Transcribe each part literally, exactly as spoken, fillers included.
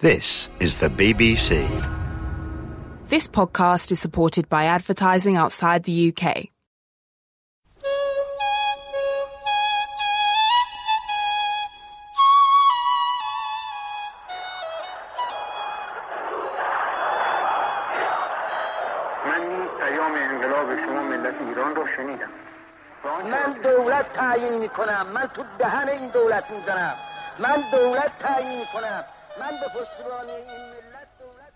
This is the B B C. This podcast is supported by advertising outside the U K. من دولت تعیین میکنم، من تو دهن این دولت میزنم، من دولت تعیین میکنم، من به پشتیبانی این ملت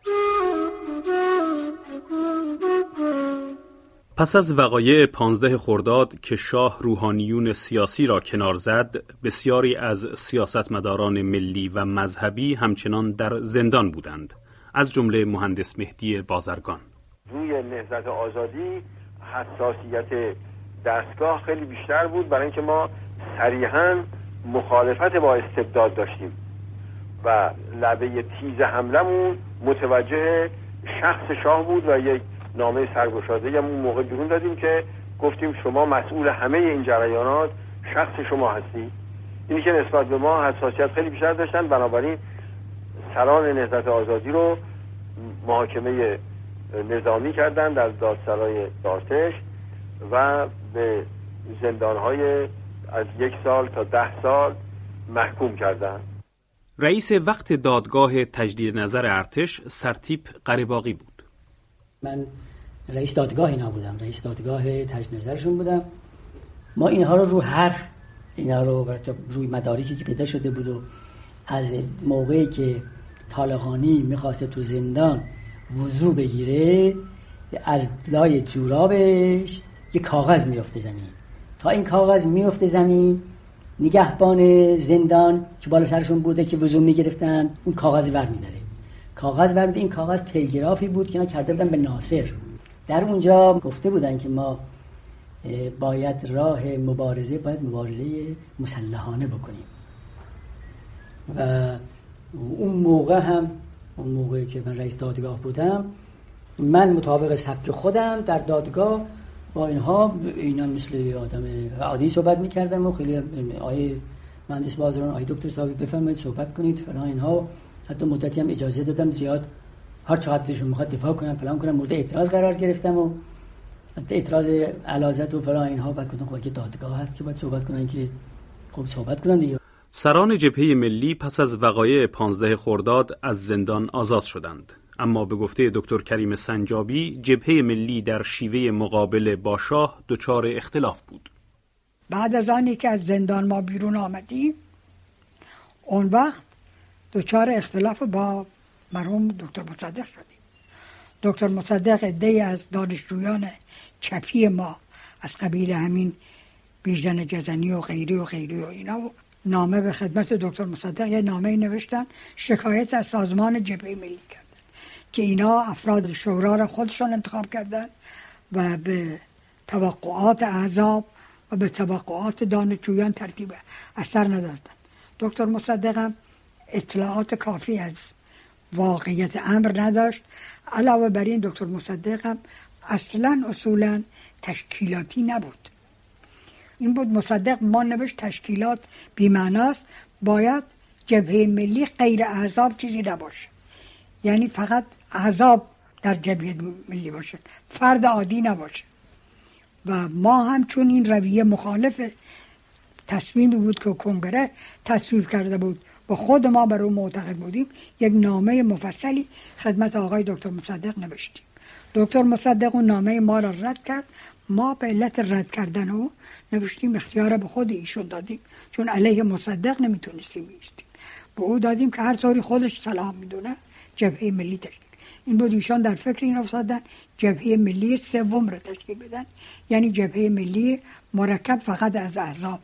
دولت. پس از وقایع پانزده خرداد که شاه روحانیون سیاسی را کنار زد، بسیاری از سیاستمداران ملی و مذهبی همچنان در زندان بودند، از جمله مهندس مهدی بازرگان. روی نهضت آزادی حساسیت دستگاه خیلی بیشتر بود، برای اینکه ما صریحاً مخالفت با استبداد داشتیم و لبه تیز حملمون متوجه شخص شاه بود و یک نامه سرگشاده اون موقع بیرون دادیم که گفتیم شما مسئول همه این جریانات شخص شما هستی. اینی که نسبت به ما حساسیت خیلی بیشتر داشتن، بنابراین سران نهضت آزادی رو محاکمه نظامی کردن در دادسرای دارتش و به زندانهای از یک سال تا ده سال محکوم کردن. رئیس وقت دادگاه تجدید نظر ارتش سرتیپ قره‌باغی بود. من رئیس دادگاه اینا بودم، رئیس دادگاه تجدید نظرشون بودم. ما اینها رو رو هر اینا رو روی مدارکی که پیدا شده بود و از موقعی که طالقانی میخواسته تو زندان وضو بگیره، از لای جورابش یه کاغذ میفته زمین. تا این کاغذ میفته زمین، نگهبان زندان که بالا سرشون بوده که وضو میگرفتن، اون کاغذ ور میداره. کاغذ ور میده. این کاغذ تلگرافی بود که اینا کرده بودن به ناصر. در اونجا گفته بودن که ما باید راه مبارزه باید مبارزه مسلحانه بکنیم. و اون موقع هم اون موقعی که من رئیس دادگاه بودم، من مطابق سبک خودم در دادگاه با اینها اینا مثل آدم عادی صحبت میکردم و خیلی آیه مهندس بازرگان، آیه دکتر صاحب بفرمایید صحبت کنید فلان اینها. حتی مدتی هم اجازه دادم زیاد هر چقدر دلشون میخواد دفاع کنم فلان کنم. مورد اعتراض قرار گرفتم و اعتراض علازت و فلان اینها. بعد گفتم خب که دادگاه هست که باید صحبت کنن که خب صحبت کنن دیگه. سران جبهه ملی پس از وقایع پانزده خرداد از زندان آزاد شدند، اما به گفته دکتر کریم سنجابی جبهه ملی در شیوه مقابله با شاه دچار اختلاف بود. بعد از آنی که از زندان ما بیرون آمدیم، اون وقت دچار اختلاف با مرحوم دکتر مصدق شدیم. دکتر مصدق عده‌ای از دانشجویان چپی ما از قبیل همین بیژن جزنی و غیری و غیری و اینا نامه به خدمت دکتر مصدق یه نامه نوشتن، شکایت از سازمان جبهه ملی کردن که اینا افراد شورا را خودشون انتخاب کردن و به توقعات احزاب و به توقعات دانشجویان ترتیب اثر ندادن. دکتر مصدق هم اطلاعات کافی از واقعیت امر نداشت. علاوه بر این دکتر مصدق هم اصلا اصولا تشکیلاتی نبود. این بود مصدق ما نوشت تشکیلات بی‌معناست، باید جبهه ملی غیر احزاب چیزی نباشه، یعنی فقط احزاب در جبهه ملی باشه، فرد عادی نباشه. و ما هم چون این رویه مخالف تصمیمی بود که کنگره تصویب کرده بود و خود ما بر اون معتقد بودیم، یک نامه مفصلی خدمت آقای دکتر مصدق نوشتیم. دکتر مصدق اون نامه ما را رد کرد. ما به علت رد کردن او نوشتیم اختیار به خود ایشون دادیم، چون علیه مصدق نمیتونستیم بیستیم. به او دادیم که هر طوری خودش صلاح میدونه جبهه ملی تشکیل. این بود ایشان در فکر این افتادن جبهه ملی سوم را تشکیل بدن، یعنی جبهه ملی مرکب فقط از احزاب.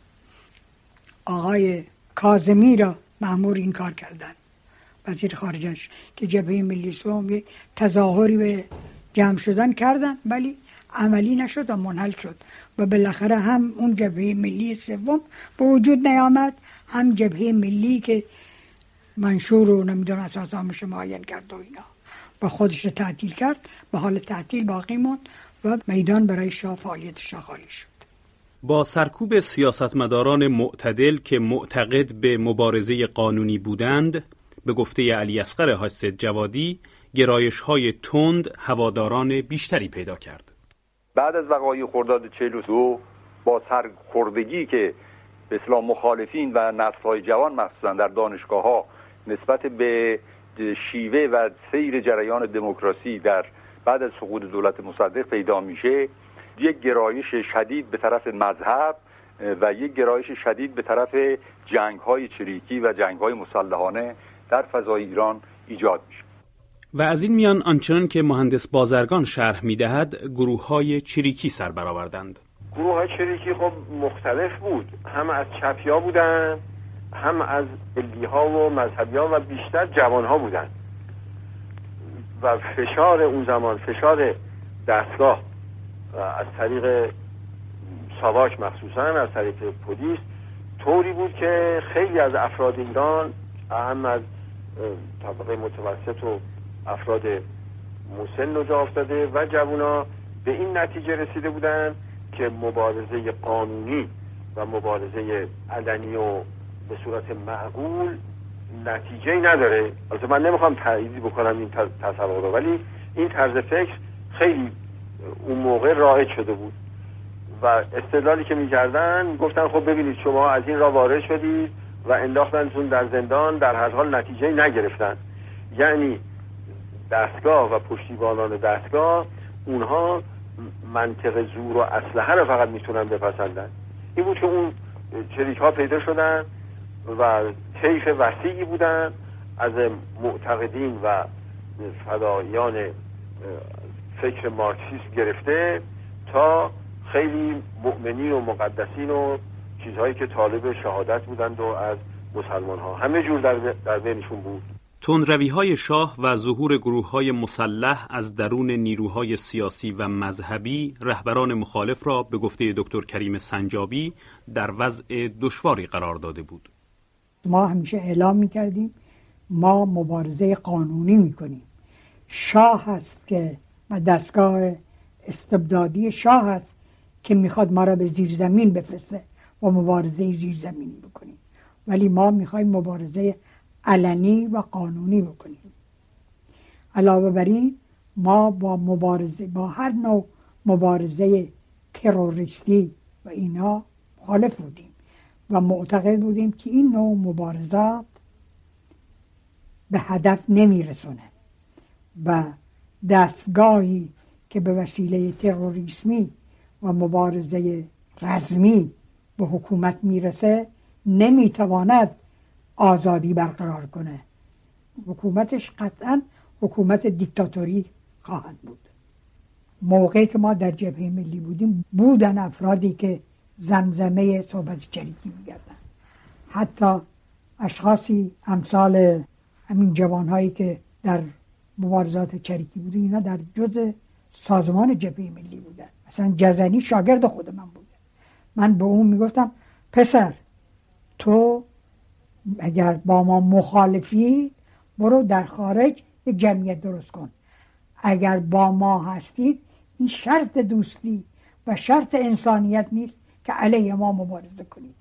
آقای کاظمی را مأمور این کار کردن، وزیر خارجه‌اش، که جبهه ملی سوم یک تظاهری به جمع شدن کردن ولی عملی نشد و منحل شد و بالاخره هم اون جبهه ملی سوم به وجود نیامد، هم جبهه ملی که منشور رو نمیدونم اساسامش معین کرد و اینا و خودش رو تعطیل کرد، به حال تعطیل باقی موند و میدان برای شاه فعالیت شاه خالی شد. با سرکوب سیاستمداران معتدل که معتقد به مبارزه قانونی بودند، به گفته علی اصغر حاج سید جوادی گرایش‌های تند هواداران بیشتری پیدا کرد. بعد از وقایع خرداد چهل و دو با سرخوردگی که به اصطلاح مخالفین و نسل‌های جوان مخصوصا در دانشگاه‌ها نسبت به شیوه و سیر جریان دموکراسی در بعد از سقوط دولت مصدق پیدا میشه، یک گرایش شدید به طرف مذهب و یک گرایش شدید به طرف جنگ‌های چریکی و جنگ‌های مسلحانه در فضای ایران ایجاد میشه. و از این میان آنچنان که مهندس بازرگان شرح میدهد گروه‌های چریکی سر برآوردند. گروه‌های چریکی خب مختلف بود، هم از چپیا بودن، هم از ملی‌ها و مذهبی‌ها و بیشتر جوان‌ها بودن و فشار اون زمان، فشار دستگاه از طریق ساواک مخصوصا از طریق پلیس طوری بود که خیلی از افراد ایران، هم از طبقه متوسط و افراد مسن و جا افتاده و جوونا به این نتیجه رسیده بودن که مبارزه قانونی و مبارزه علنی و به صورت معقول نتیجه‌ای نداره. البته من نمیخوام تایید بکنم این تصور رو، ولی این طرز فکر خیلی اون موقع رایج شده بود و استدلالی که می‌کردن گفتن خب ببینید شما از این راه وارد شدید و انداختنتون در زندان، در هر حال نتیجه‌ای نگرفتن. یعنی دستگاه و پشتیبانان دستگاه اونها منطق زور و اسلحه رو فقط میتونن بپسندن. این بود که اون چریک‌ها پیدا شدن و طیف وسیعی بودن از معتقدین و فدایان فکر مارکسیسم گرفته تا خیلی مؤمنین و مقدسین و چیزهایی که طالب شهادت بودند و از مسلمان ها همه جور در, در بینشون بود. تندروی‌های شاه و ظهور گروه‌های مسلح از درون نیروهای سیاسی و مذهبی رهبران مخالف را به گفته دکتر کریم سنجابی در وضع دشواری قرار داده بود. ما همیشه اعلام می‌کردیم ما مبارزه قانونی می‌کنیم. شاه هست که و دستگاه استبدادی شاه هست که میخواد ما را به زیر زمین بفرسته و مبارزه زیر زمینی بکنیم، ولی ما میخوایم مبارزه علنی و قانونی بکنیم. علاوه بر این ما با مبارزه با هر نوع مبارزه تروریستی و اینا مخالف بودیم و معتقد بودیم که این نوع مبارزات به هدف نمیرسونه و دستگاهی که به وسیله تروریسمی و مبارزه رزمی به حکومت میرسه نمیتواند آزادی برقرار کنه. حکومتش قطعا حکومت دیکتاتوری خواهد بود. موقعی که ما در جبهه ملی بودیم بودن افرادی که زمزمه صحبت چریکی میگردن، حتی اشخاصی امثال همین جوانهایی که در مبارزات چریکی بودن اینا در جزء سازمان جبهه ملی بودن. مثلا جزنی شاگرد خود من بود. من به اون میگفتم پسر تو اگر با ما مخالفی برو در خارج یک جمعیت درست کن، اگر با ما هستید این شرط دوستی و شرط انسانیت نیست که علیه ما مبارزه کنید.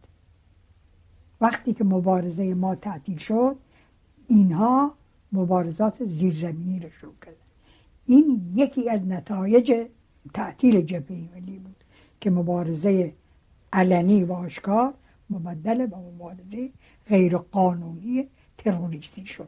وقتی که مبارزه ما تعطیل شد اینها مبارزات زیرزمینی رو شروع کردن. این یکی از نتایج تعطیل جبهه ملی بود که مبارزه علنی و آشکار مبدل به مبارزه غیر قانونی تروریستی شد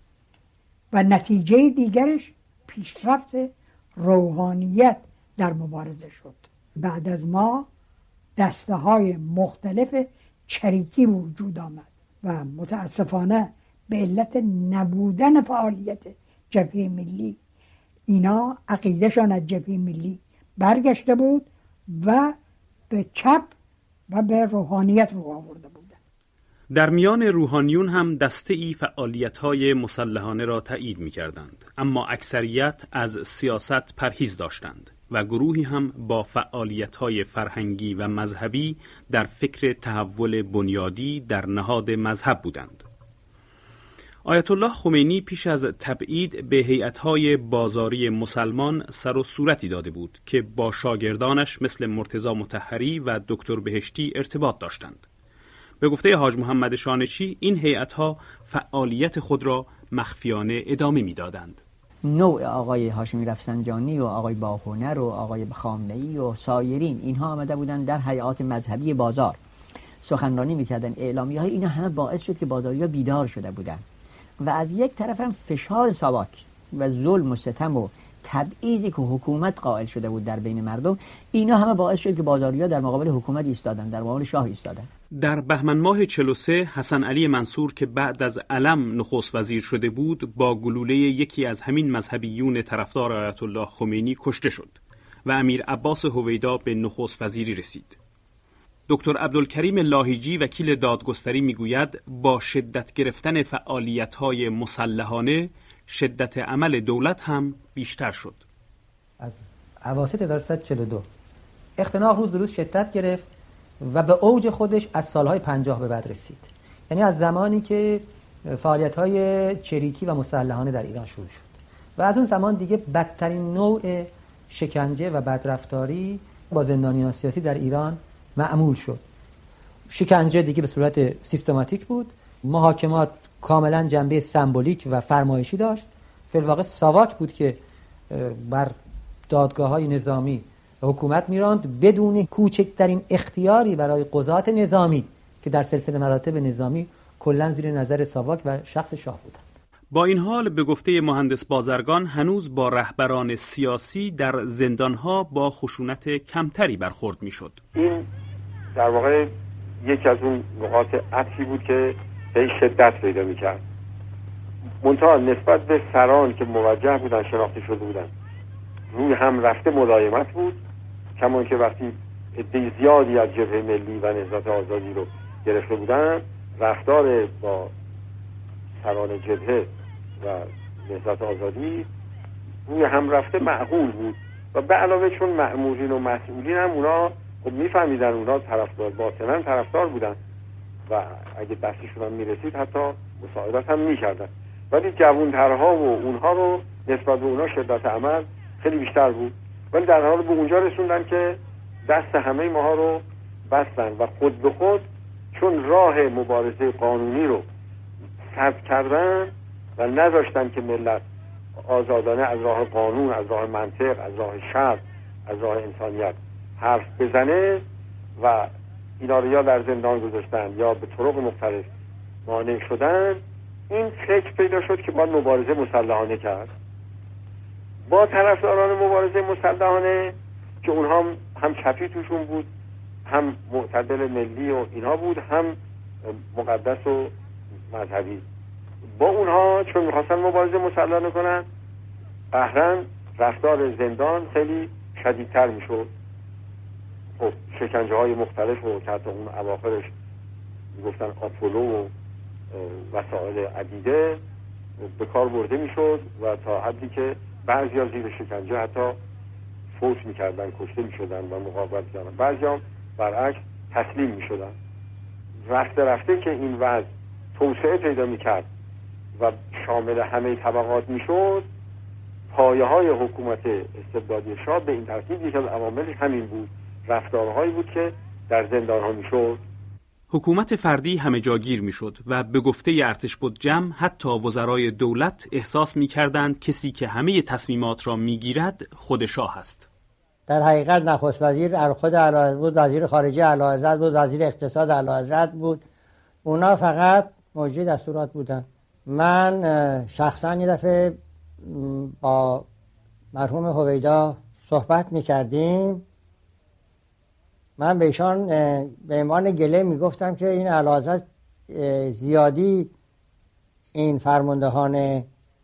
و نتیجه دیگرش پیشرفت روحانیت در مبارزه شد. بعد از ما دسته های مختلف چریکی وجود آمد و متاسفانه به علت نبودن فعالیت جبهه ملی اینا عقیدهشان از جبهه ملی برگشته بود و به چپ و به روحانیت رو آورده بودند. در میان روحانیون هم دسته‌ای فعالیت‌های مسلحانه را تایید می‌کردند، اما اکثریت از سیاست پرهیز داشتند و گروهی هم با فعالیت‌های فرهنگی و مذهبی در فکر تحول بنیادی در نهاد مذهب بودند. آیت الله خمینی پیش از تبعید به هیئت‌های بازاری مسلمان سر و صورتی داده بود که با شاگردانش مثل مرتضی مطهری و دکتر بهشتی ارتباط داشتند. به گفته حاج محمد شانچی این هیئت‌ها فعالیت خود را مخفیانه ادامه می‌دادند. نوع آقای هاشمی رفسنجانی و آقای باهنر و آقای خامنه‌ای و سایرین اینها آمده بودند در هیئات مذهبی بازار سخنرانی می‌کردند، اعلامیه‌های اینا همه باعث شد که بازاریا بیدار شده بودند و از یک طرف هم فشار ساواک و ظلم و ستم و تبعیضی که حکومت قائل شده بود در بین مردم، اینا همه باعث شد که بازاریا در مقابل حکومت ایستادن، در مقابل شاه ایستادن. در بهمن ماه چهل و سه حسن علی منصور که بعد از علم نخست وزیر شده بود با گلوله یکی از همین مذهبیون طرفدار آیت الله خمینی کشته شد و امیر عباس هویدا به نخست وزیری رسید. دکتر عبدالکریم لاهیجی وکیل دادگستری میگوید با شدت گرفتن فعالیت‌های مسلحانه شدت عمل دولت هم بیشتر شد. از اواسط هزار و سیصد و چهل و دو اختناق روز به روز شدت گرفت و به اوج خودش از سالهای پنجاه به بعد رسید. یعنی از زمانی که فعالیت‌های چریکی و مسلحانه در ایران شروع شد و از اون زمان دیگه بدترین نوع شکنجه و بدرفتاری با زندانیان سیاسی در ایران معمول شد. شکنجه دیگه به صورت سیستماتیک بود، محاکمات کاملا جنبه سمبولیک و فرمایشی داشت. فی الواقع ساواک بود که بر دادگاه‌های نظامی حکومت میراند بدون کوچکترین اختیاری برای قضات نظامی که در سلسله مراتب نظامی کلا زیر نظر ساواک و شخص شاه بودند. با این حال به گفته مهندس بازرگان هنوز با رهبران سیاسی در زندانها با خشونت کمتری برخورد میشد. این در واقع یکی از اون نقاط عطفی بود که به شدت پیدا میکرد. منتها نسبت به سران که موجه بودن، شناخته شده بودن، روی هم رفته ملایمت بود، کمان که وقتی عده زیادی از جبهه ملی و نهضت آزادی رو گرفته بودن، رفتار با سران جبهه و نهضت آزادی روی هم رفته معقول بود و به علاوه چون مأمورین و مسئولین هم اونا خب میفهمیدن اونا طرفدار باطنا طرفدار بودن و اگه دستشون هم میرسید حتی مساعدت هم میکردن، ولی جوانترها و اونها رو نسبت به اونا شدت عمل خیلی بیشتر بود، ولی در حال به اونجا رسوندن که دست همه ماها رو بستن و خود به خود چون راه مبارزه قانونی رو سد کردن و نذاشتن که ملت آزادانه از راه قانون، از راه منطق، از راه شرع، از راه انسانیت حرف بزنه و اینا رو یا در زندان گذاشتن یا به طرق مختلف مانع شدن، این فکر پیدا شد که باید مبارزه مسلحانه کرد. با طرفداران مبارزه مسلحانه که اونها هم چپی توشون بود، هم معتدل ملی و اینها بود، هم مقدس و مذهبی، با اونها چون میخواستن مبارزه مسلحانه کنن، قهرن رفتار زندان خیلی شدیدتر میشد. خب شکنجه های مختلف و که حتی اون اواخرش میگفتن آپولو و وسایل عدیده به کار برده میشد و تا حدی که بعضی ها زیر شکنجه حتی فوت میکردن، کشته میشدن و مقاومت میکردن، بعضی ها برعکس تسلیم میشدن. رفته رفته که این وضع توسعه پیدا میکرد و شامل همه طبقات میشد، پایه های حکومت استبدادی شاه به این ترتیب یکی از عواملش همین بود، رفتارهایی بود که در زندان ها میشد. حکومت فردی همه جاگیر میشد و به گفته ارتشبدجم حتی وزرای دولت احساس میکردند کسی که همه تصمیمات را میگیرد خود شاه است. در حقیقت نخست وزیر خود اعلیحضرت بود، وزیر خارجه اعلیحضرت بود، وزیر اقتصاد اعلیحضرت بود، اونا فقط مجری دستورات بودن. من شخصا یه دفعه با مرحوم هویدا صحبت میکردیم، من به ایشان به عنوان گله میگفتم که این اعلیحضرت زیادی این فرماندهان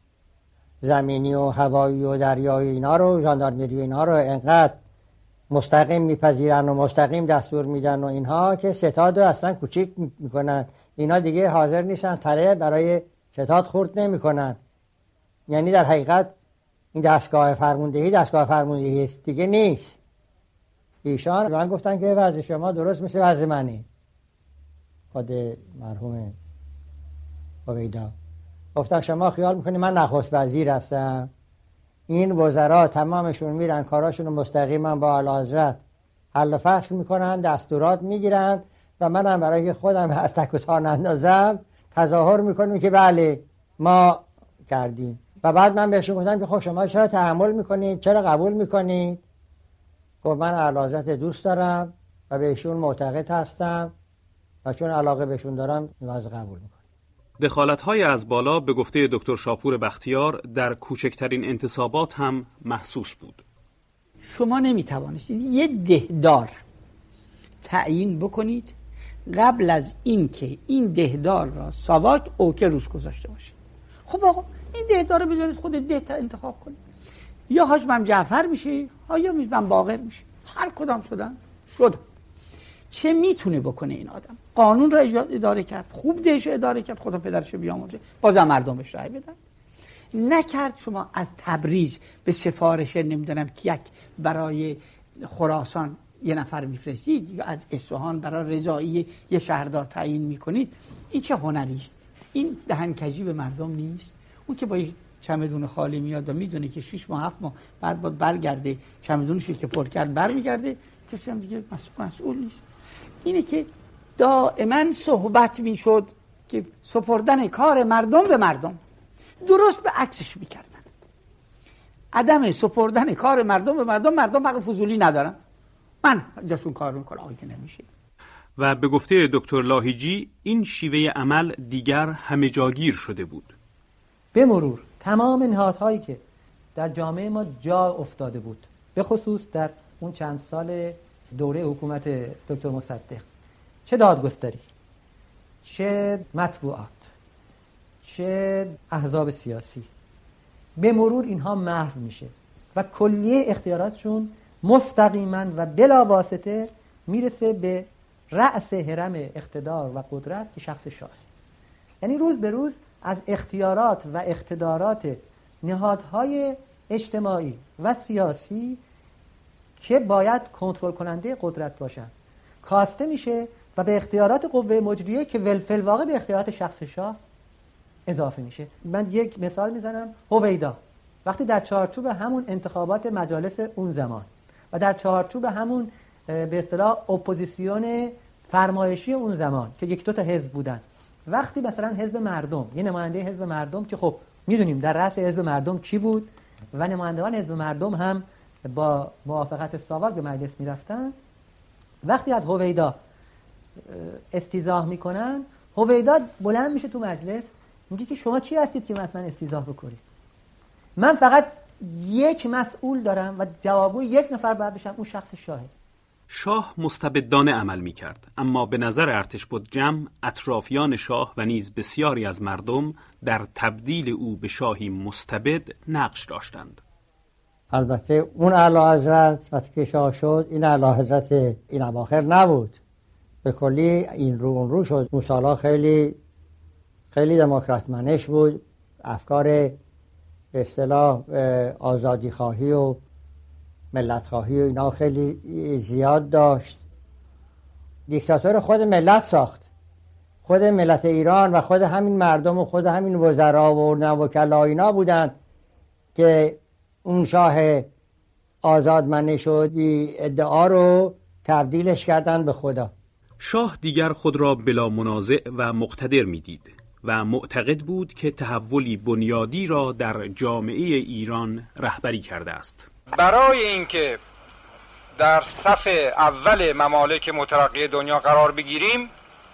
زمینی و هوایی و دریایی اینا رو، ژاندارمری اینا رو انقدر مستقیم میپذیرن و مستقیم دستور میدن و اینها که ستاد رو اصلا کوچیک میکنن، اینا دیگه حاضر نیستن تره برای ستاد خورد نمیکنن. یعنی در حقیقت این دستگاه فرماندهی دستگاه فرماندهی است دیگه نیست. ایشان من گفتن که وضع شما درست مثل وضع منه، خود مرحوم هویدا گفتن شما خیال میکنی من نخست وزیر هستم، این وزرا تمامشون میرن کاراشون مستقیما با اعلیحضرت حل و فصل میکنن، دستورات میگیرن و منم برای اینکه خودم از تک و تا نندازم تظاهر میکنیم که بله ما کردیم. و بعد من بهشون گفتم که خب شما چرا تحمل میکنید، چرا قبول میکنید؟ گفت من اعلیحضرت دوست دارم و بهشون معتقد هستم و چون علاقه بهشون دارم از قبول میکنم. دخالت‌های از بالا به گفته دکتر شاپور بختیار در کوچکترین انتصابات هم محسوس بود. شما نمیتوانستید یه دهدار تعیین بکنید قبل از اینکه این دهدار را ساواک اوکه روش گذاشته باشه. خب آقا این دهدار رو بذارید خود ده انتخاب کنید، یا هاشم جعفر میشه یا میزبن باقر میشه، هر کدام شدن شدن. چه میتونه بکنه این آدم؟ قانون را اداره کرد، خوب دهش اداره کرد، خدا پدرش بیامرزه، بازم مردم بهش رأی بدن. نکرد. شما از تبریز به سفارش نمیدونم کیک برای خراسان یه نفر میفرستید یا از اصفهان برای رضایی یه شهردار تعیین میکنید. این چه هنری است؟ این دهنکجی به مردم نیست؟ اون که با یک چمدون خالی میاد و میدونه که شش ماه هفت ماه بعد باید برگرده، چمدونش که پر کرد برمیگرده، کسی هم دیگه مسئول, مسئول نیست. اینه که دائما صحبت میشد که سپردن کار مردم به مردم، درست به عکسش میکردن. عدم سپردن کار مردم به مردم، مردم حق فضولی ندارن، من جاسون کار میکنم، آقای که نمیشه. و به گفته دکتر لاهیجی این شیوه عمل دیگر همه جاگیر شده بود. به مرور تمام نهادهایی که در جامعه ما جا افتاده بود، به خصوص در اون چند سال دوره حکومت دکتر مصدق، چه دادگستری، چه مطبوعات، چه احزاب سیاسی، به مرور اینها محو میشه و کلیه اختیاراتشون مستقیما و بلا واسطه میرسه به رأس هرم اقتدار و قدرت که شخص شاه. یعنی روز به روز از اختیارات و اقتدارات نهادهای اجتماعی و سیاسی که باید کنترل کننده قدرت باشن کاسته میشه و به اختیارات قوه مجریه که ولفل واقع به اختیارات شخص شاه اضافه میشه. من یک مثال میزنم. هویدا وقتی در چارچوب همون انتخابات مجالس اون زمان و در چارچوب همون به اصطلاح اپوزیسیون فرمایشی اون زمان که یک دو تا حزب بودن، وقتی مثلا حزب مردم، یه نماینده حزب مردم که خب میدونیم در رأس حزب مردم کی بود و نمایندگان حزب مردم هم با موافقت ساواک به مجلس میرفتن، وقتی از هویدا استیضاح میکنن، هویدا بلند میشه تو مجلس میگه که شما کی هستید که مثلا استیضاح بکنید؟ من فقط یک مسئول دارم و جوابگوی یک نفر باید بشم، اون شخص شاهه. شاه مستبدانه عمل می کرد، اما به نظر ارتشبدجم اطرافیان شاه و نیز بسیاری از مردم در تبدیل او به شاهی مستبد نقش داشتند. البته اون اعلیحضرت وقتی که شاه شد، این اعلیحضرت این اواخر نبود، به کلی این رو اون رو شد. اون سالها خیلی خیلی دموکرات منش بود، افکار به اصطلاح آزادی خواهی و ملت خواهی و اینا خیلی زیاد داشت. دیکتاتور خود ملت ساخت، خود ملت ایران و خود همین مردم و خود همین وزرا و وکلا اینا بودن که اون شاه آزادمنه شد ادعا رو تبدیلش کردن به خدا. شاه دیگر خود را بلا منازع و مقتدر میدید و معتقد بود که تحولی بنیادی را در جامعه ایران رهبری کرده است. برای اینکه در صف اول ممالک مترقی دنیا قرار بگیریم،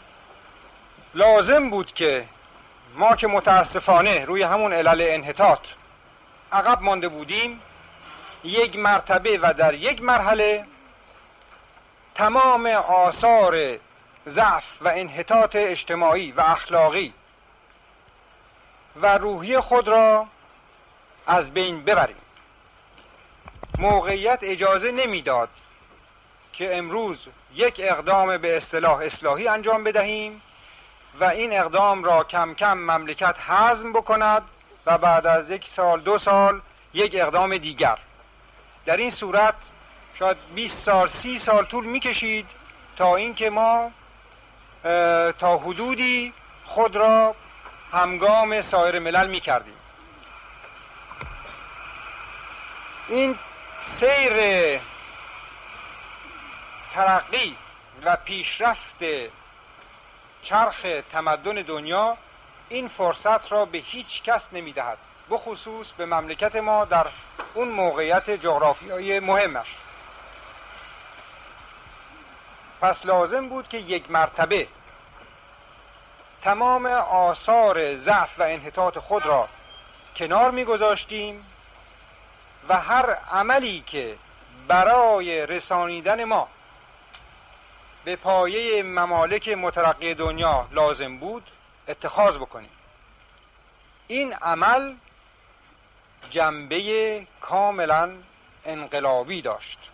لازم بود که ما که متاسفانه روی همون علل انحطاط عقب مانده بودیم، یک مرتبه و در یک مرحله تمام آثار ضعف و انحطاط اجتماعی و اخلاقی و روحی خود را از بین ببریم. موقعیت اجازه نمیداد که امروز یک اقدام به اصطلاح اصلاحی انجام بدهیم و این اقدام را کم کم مملکت هضم بکند و بعد از یک سال دو سال یک اقدام دیگر. در این صورت شاید بیست سال سی سال طول میکشید تا اینکه ما تا حدودی خود را همگام سایر ملل میکردیم. این سیر ترقی و پیشرفت چرخ تمدن دنیا این فرصت را به هیچ کس نمیدهد، بخصوص به مملکت ما در اون موقعیت جغرافیایی مهمش. پس لازم بود که یک مرتبه تمام آثار ضعف و انحطاط خود را کنار می‌گذاشتیم و هر عملی که برای رسانیدن ما به پایه ممالک مترقی دنیا لازم بود اتخاذ بکنیم. این عمل جنبه کاملا انقلابی داشت.